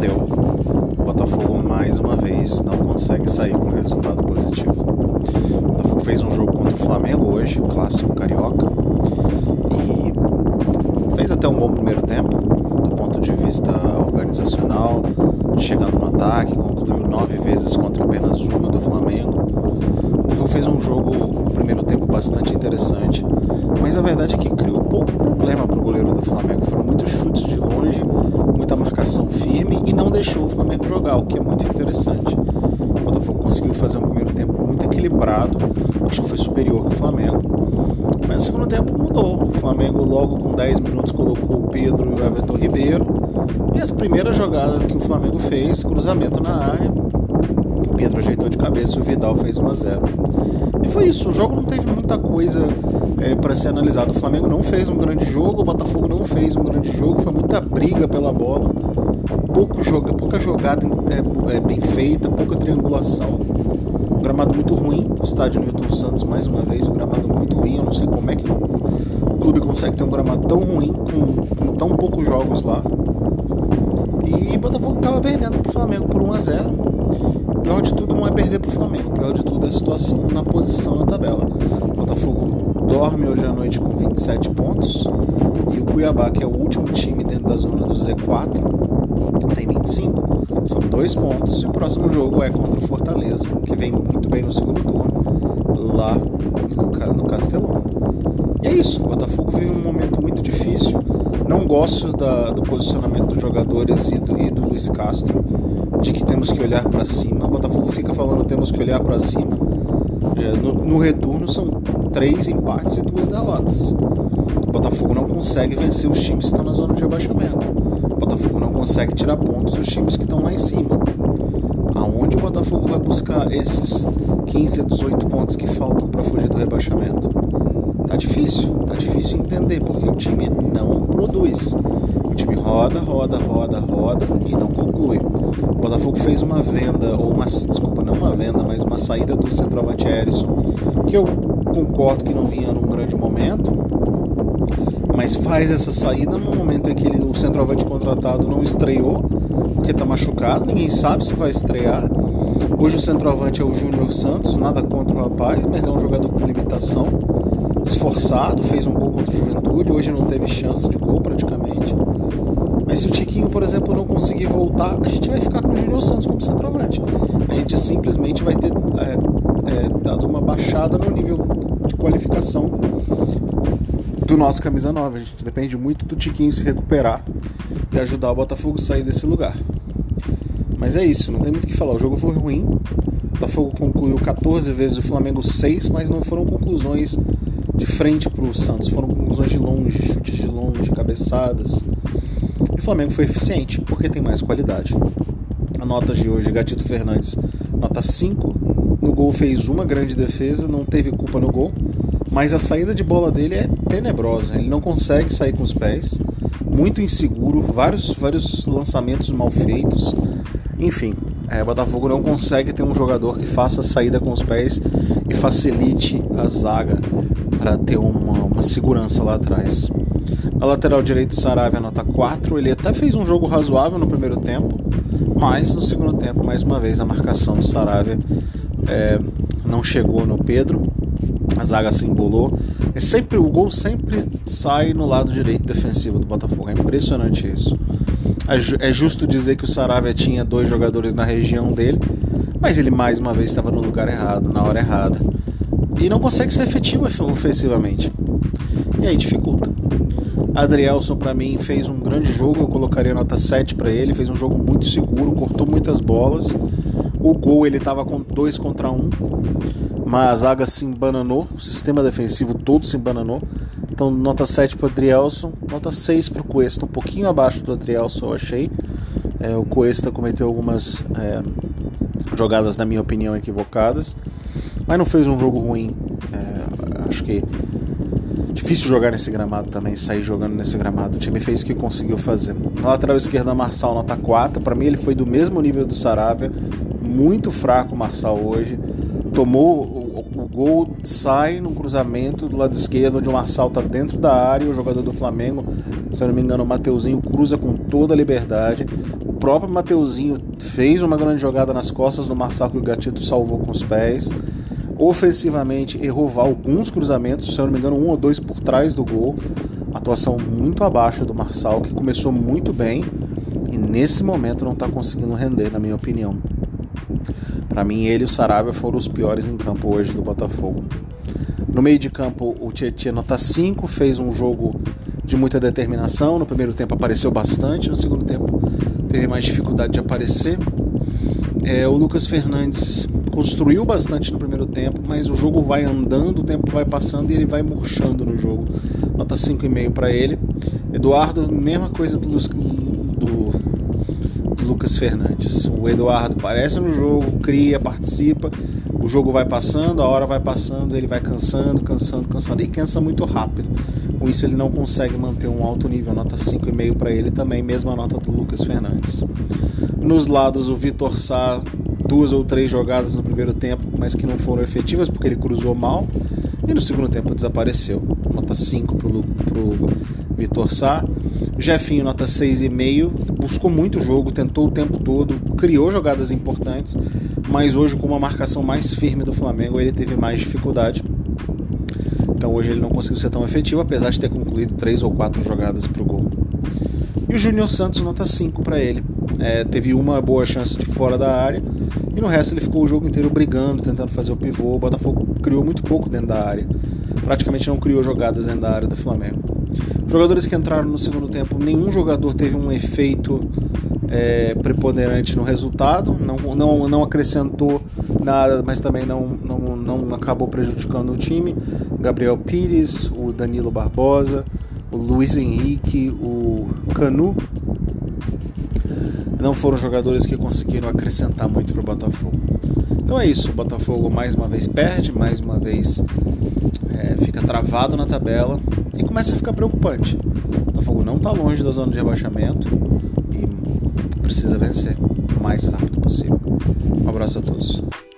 bateu. O Botafogo mais uma vez não consegue sair com resultado positivo. O Botafogo fez um jogo contra o Flamengo hoje, o clássico carioca, e fez até um bom primeiro tempo do ponto de vista organizacional, chegando no ataque, concluiu 9 vezes contra apenas uma do Flamengo. O Botafogo fez um jogo, o primeiro tempo, bastante interessante, mas a verdade é que criou pouco problema para o goleiro do Flamengo. Foram muitos chutes de longe, muita marcação firme e não deixou o Flamengo jogar, o que é muito interessante. O Botafogo conseguiu fazer um primeiro tempo muito equilibrado, acho que foi superior que o Flamengo, mas no segundo tempo mudou. O Flamengo logo com 10 minutos colocou o Pedro e o Everton Ribeiro, e as primeiras jogadas que o Flamengo fez, cruzamento na área, o Pedro ajeitou de cabeça e o Vidal fez 1-0. E foi isso, o jogo não teve muita coisa para ser analisado. O Flamengo não fez um grande jogo, o Botafogo não fez um grande jogo, foi muita briga pela bola, pouca jogada bem feita, pouca triangulação. Um gramado muito ruim, o estádio Newton Santos, mais uma vez, um gramado muito ruim. Eu não sei como é que o clube consegue ter um gramado tão ruim com tão poucos jogos lá. E o Botafogo acaba perdendo pro Flamengo por 1-0. O pior de tudo não é perder pro Flamengo, o pior de tudo é a situação na posição na tabela. O Botafogo dorme hoje à noite com 27 pontos e o Cuiabá, que é o último time dentro da zona do Z4, tem 25. São 2 pontos e o próximo jogo é contra o Fortaleza, que vem muito bem no segundo turno, lá no Castelão. E é isso, o Botafogo vive um momento muito difícil. Não gosto do posicionamento dos jogadores e do Luiz Castro, de que temos que olhar para cima. O Botafogo fica falando temos que olhar para cima. No retorno são 3 empates e 2 derrotas. O Botafogo não consegue vencer os times que estão na zona de rebaixamento. O Botafogo não consegue tirar pontos dos times que estão lá em cima. Aonde o Botafogo vai buscar esses 15 a 18 pontos que faltam para fugir do rebaixamento? Tá difícil entender, porque o time não produz. O time roda e não conclui. O Botafogo fez uma venda, mas uma saída do centroavante Herisson, que eu concordo que não vinha num grande momento, mas faz essa saída no momento em que o centroavante contratado não estreou, porque está machucado, ninguém sabe se vai estrear. Hoje o centroavante é o Júnior Santos, nada contra o rapaz, mas é um jogador com limitação, esforçado, fez um gol contra o Juventude, hoje não teve chance de gol praticamente. Mas se o Tiquinho, por exemplo, não conseguir voltar, a gente vai ficar com o Júnior Santos como centroavante. A gente simplesmente vai ter dado uma baixada no nível de qualificação do nosso camisa 9. A gente depende muito do Tiquinho se recuperar e ajudar o Botafogo a sair desse lugar. Mas é isso, não tem muito o que falar. O jogo foi ruim, o Botafogo concluiu 14 vezes, o Flamengo 6, mas não foram conclusões de frente para o Santos, foram conclusões de longe, chutes de longe, cabeçadas. E o Flamengo foi eficiente, porque tem mais qualidade. A nota de hoje, Gatito Fernandes, nota 5. No gol fez uma grande defesa, não teve culpa no gol, mas a saída de bola dele é tenebrosa. Ele não consegue sair com os pés, muito inseguro, vários lançamentos mal feitos. Enfim, o Botafogo não consegue ter um jogador que faça a saída com os pés e facilite a zaga para ter uma segurança lá atrás. Na lateral direito, o Saravia, nota 4. Ele até fez um jogo razoável no primeiro tempo, mas no segundo tempo, mais uma vez, a marcação do Saravia não chegou no Pedro. A zaga se embolou. O gol sempre sai no lado direito defensivo do Botafogo. É impressionante isso. É justo dizer que o Saravia tinha 2 jogadores na região dele, mas ele mais uma vez estava no lugar errado, na hora errada, e não consegue ser efetivo ofensivamente. E aí dificulta. Adrielson, para mim, fez um grande jogo. Eu colocaria nota 7 para ele. Fez um jogo muito seguro, cortou muitas bolas. O gol, ele estava com 2 contra 1, mas a zaga se embananou, o sistema defensivo todo se embananou. Então nota 7 para o Adrielson, nota 6 para o Cuesta, um pouquinho abaixo do Adrielson eu achei. O Cuesta cometeu algumas jogadas, na minha opinião, equivocadas, mas não fez um jogo ruim. Acho que difícil jogar nesse gramado também, sair jogando nesse gramado. O time fez o que conseguiu fazer. Na lateral esquerda, Marçal, nota 4. Para mim ele foi do mesmo nível do Saravia, muito fraco o Marçal hoje. Tomou o gol sai num cruzamento do lado esquerdo, onde o Marçal está dentro da área e o jogador do Flamengo, se eu não me engano, o Mateuzinho, cruza com toda a liberdade. O próprio Mateuzinho fez uma grande jogada nas costas do Marçal que o Gatito salvou com os pés. Ofensivamente errou alguns cruzamentos, se eu não me engano, 1 ou 2 por trás do gol. Atuação muito abaixo do Marçal, que começou muito bem e nesse momento não está conseguindo render, na minha opinião. Para mim, ele e o Sarabia foram os piores em campo hoje do Botafogo. No meio de campo, o Tietchan, nota 5, fez um jogo de muita determinação. No primeiro tempo apareceu bastante, no segundo tempo teve mais dificuldade de aparecer. O Lucas Fernandes construiu bastante no primeiro tempo, mas o jogo vai andando, o tempo vai passando e ele vai murchando no jogo. Nota 5,5 para ele. Eduardo, mesma coisa do Lucas Fernandes. O Eduardo aparece no jogo, cria, participa, o jogo vai passando, a hora vai passando, ele vai cansando e cansa muito rápido. Com isso ele não consegue manter um alto nível. Nota 5,5 para ele também, mesma nota do Lucas Fernandes. Nos lados, o Vitor Sá, 2 ou 3 jogadas no primeiro tempo, mas que não foram efetivas porque ele cruzou mal, e no segundo tempo desapareceu. Nota 5 pro Vitor Sá. Jefinho, nota 6,5, buscou muito o jogo, tentou o tempo todo, criou jogadas importantes, mas hoje, com uma marcação mais firme do Flamengo, ele teve mais dificuldade. Então hoje ele não conseguiu ser tão efetivo, apesar de ter concluído 3 ou 4 jogadas para o gol. E o Júnior Santos, nota 5 para ele. Teve uma boa chance de fora da área, e no resto ele ficou o jogo inteiro brigando, tentando fazer o pivô. O Botafogo criou muito pouco dentro da área, praticamente não criou jogadas dentro da área do Flamengo. Jogadores que entraram no segundo tempo, nenhum jogador teve um efeito preponderante no resultado, não acrescentou nada, mas também não acabou prejudicando o time. Gabriel Pires, o Danilo Barbosa, o Luiz Henrique, o Canu, não foram jogadores que conseguiram acrescentar muito para o Botafogo. Então é isso, o Botafogo mais uma vez perde, mais uma vez fica travado na tabela e começa a ficar preocupante. O Botafogo não está longe da zona de rebaixamento e precisa vencer o mais rápido possível. Um abraço a todos.